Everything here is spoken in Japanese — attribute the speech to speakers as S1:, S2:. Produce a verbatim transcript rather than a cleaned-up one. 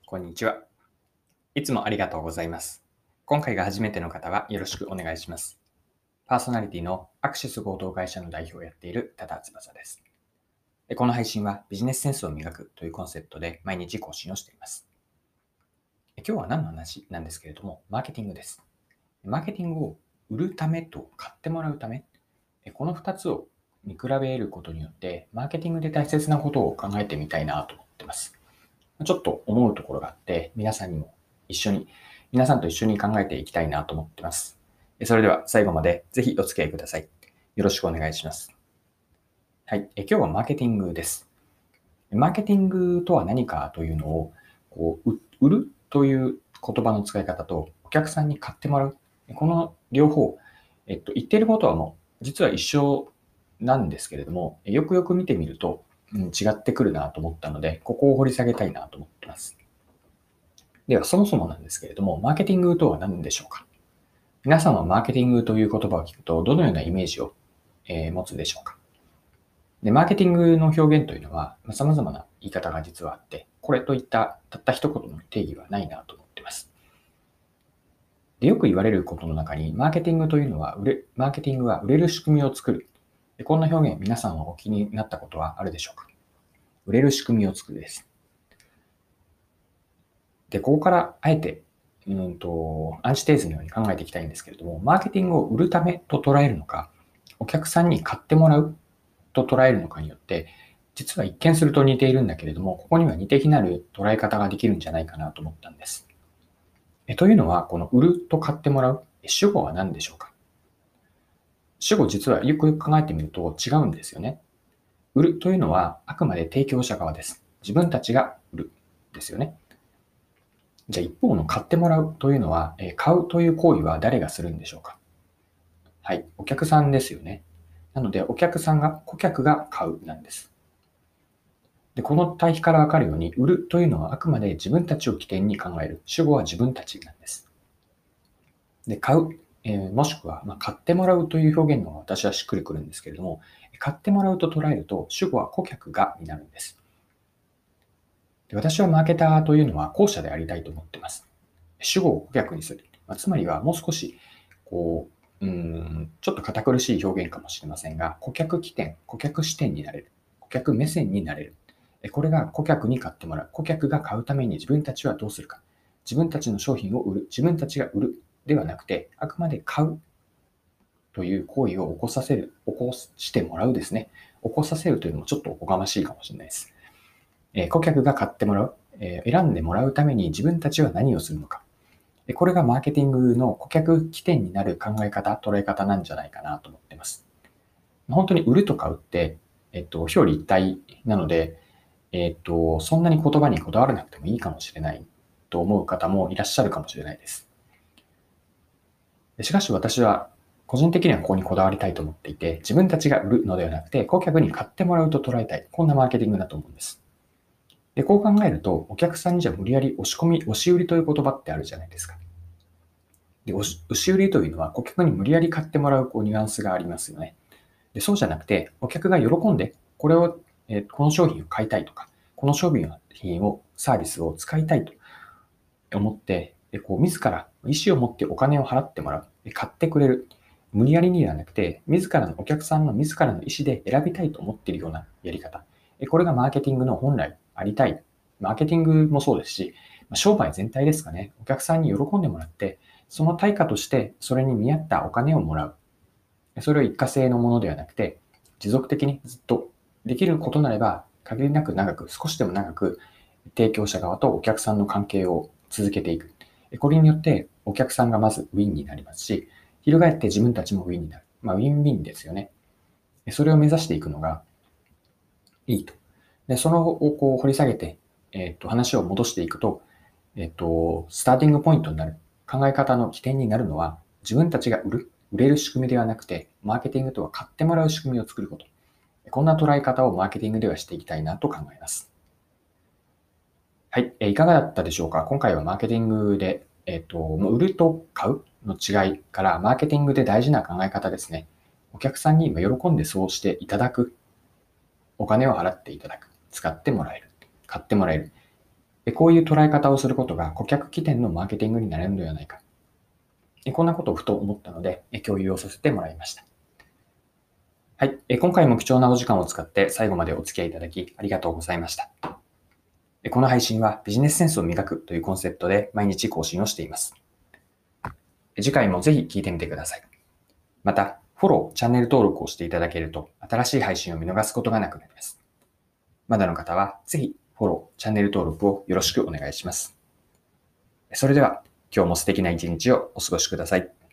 S1: こんにちは。いつもありがとうございます。今回が初めての方はよろしくお願いします。パーソナリティのアクシス合同会社の代表をやっている多田翼です。この配信はビジネスセンスを磨くというコンセプトで毎日更新をしています。今日は何の話なんですけれども、マーケティングです。マーケティングを売るためと買ってもらうため、このふたつを見比べることによって、マーケティングで大切なことを考えてみたいなと思っています。ちょっと思うところがあって、皆さんにも一緒に、皆さんと一緒に考えていきたいなと思っています。それでは最後までぜひお付き合いください。よろしくお願いします。はい。今日はマーケティングです。マーケティングとは何かというのを、こう売るという言葉の使い方とお客さんに買ってもらう。この両方、えっと、言っていることはもう実は一緒なんですけれども、よくよく見てみると、うん、違ってくるなと思ったので、ここを掘り下げたいなと思っています。では、そもそもなんですけれども、マーケティングとは何でしょうか？皆さんはマーケティングという言葉を聞くと、どのようなイメージを、えー持つでしょうか？で、マーケティングの表現というのは、様々な言い方が実はあって、これといったたった一言の定義はないなと思っています。で、よく言われることの中に、マーケティングというのは売れ、マーケティングは売れる仕組みを作る。でこんな表現、皆さんはお気になったことはあるでしょうか？売れる仕組みを作るです。で、ここからあえて、うんと、アンチテーゼのように考えていきたいんですけれども、マーケティングを売るためと捉えるのか、お客さんに買ってもらうと捉えるのかによって、実は一見すると似ているんだけれども、ここには似て非なる捉え方ができるんじゃないかなと思ったんです。えというのは、この売ると買ってもらう、主語は何でしょうか？主語実はよくよく考えてみると違うんですよね。売るというのはあくまで提供者側です。自分たちが売るですよね。じゃあ一方の買ってもらうというのは、え買うという行為は誰がするんでしょうか？はい、お客さんですよね。なので、お客さんが、顧客が買うなんです。で、この対比からわかるように、売るというのはあくまで自分たちを起点に考える。主語は自分たちなんです。で、買う、えーもしくは、まあ、買ってもらうという表現の方が私はしっくりくるんですけれども、買ってもらうと捉えると、主語は顧客がになるんです。で私はマーケターというのは後者でありたいと思っています。主語を顧客にする。まあ、つまりはもう少し、こう、うん、ちょっと堅苦しい表現かもしれませんが、顧客起点、顧客視点になれる。顧客目線になれる。これが顧客に買ってもらう。顧客が買うために自分たちはどうするか。自分たちの商品を売る。自分たちが売る。ではなくて、あくまで買うという行為を起こさせる、起こしてもらうですね。起こさせるというのもちょっとおこがましいかもしれないです。え顧客が買ってもらう。え選んでもらうために自分たちは何をするのか。これがマーケティングの顧客起点になる考え方、捉え方なんじゃないかなと思っています。本当に売ると買うって、えっと、表裏一体なので、えっと、そんなに言葉にこだわらなくてもいいかもしれないと思う方もいらっしゃるかもしれないです。しかし私は個人的にはここにこだわりたいと思っていて、自分たちが売るのではなくて、顧客に買ってもらうと捉えたい。こんなマーケティングだと思うんです。で、こう考えると、お客さんにじゃ無理やり押し込み、押し売りという言葉ってあるじゃないですか。で、押し押し売りというのは顧客に無理やり買ってもらうこうニュアンスがありますよね。で、そうじゃなくて、お客が喜んで、これを、えーこの商品を買いたいとか、この商品を、サービスを使いたいと思って、でこう自ら意思を持ってお金を払ってもらう。で買ってくれる。無理やりにではなくて、自らのお客さんの自らの意思で選びたいと思っているようなやり方。これがマーケティングの本来ありたい。マーケティングもそうですし、商売全体ですかね。お客さんに喜んでもらって、その対価としてそれに見合ったお金をもらう。それを一過性のものではなくて、持続的にずっとできることなれば、限りなく長く、少しでも長く、提供者側とお客さんの関係を続けていく。これによってお客さんがまずウィンになりますし、翻って自分たちもウィンになる。まあ、ウィンウィンですよね。それを目指していくのがいいと。で、そのをこう掘り下げて、えっと、話を戻していくと、えっと、スターティングポイントになる、考え方の起点になるのは、自分たちが売る、売れる仕組みではなくて、マーケティングとは買ってもらう仕組みを作ること。こんな捉え方をマーケティングではしていきたいなと考えます。はい。いかがだったでしょうか？今回はマーケティングで、えっと、売ると買うの違いから、マーケティングで大事な考え方ですね。お客さんに喜んでそうしていただく。お金を払っていただく。使ってもらえる。買ってもらえる。 こういう捉え方をすることが顧客起点のマーケティングになれるのではないか。こんなことをふと思ったので、共有をさせてもらいました。はい。今回も貴重なお時間を使って最後までお付き合いいただきありがとうございました。この配信はビジネスセンスを磨くというコンセプトで毎日更新をしています。次回もぜひ聞いてみてください。また、フォロー、チャンネル登録をしていただけると新しい配信を見逃すことがなくなります。まだの方はぜひフォロー、チャンネル登録をよろしくお願いします。それでは今日も素敵な一日をお過ごしください。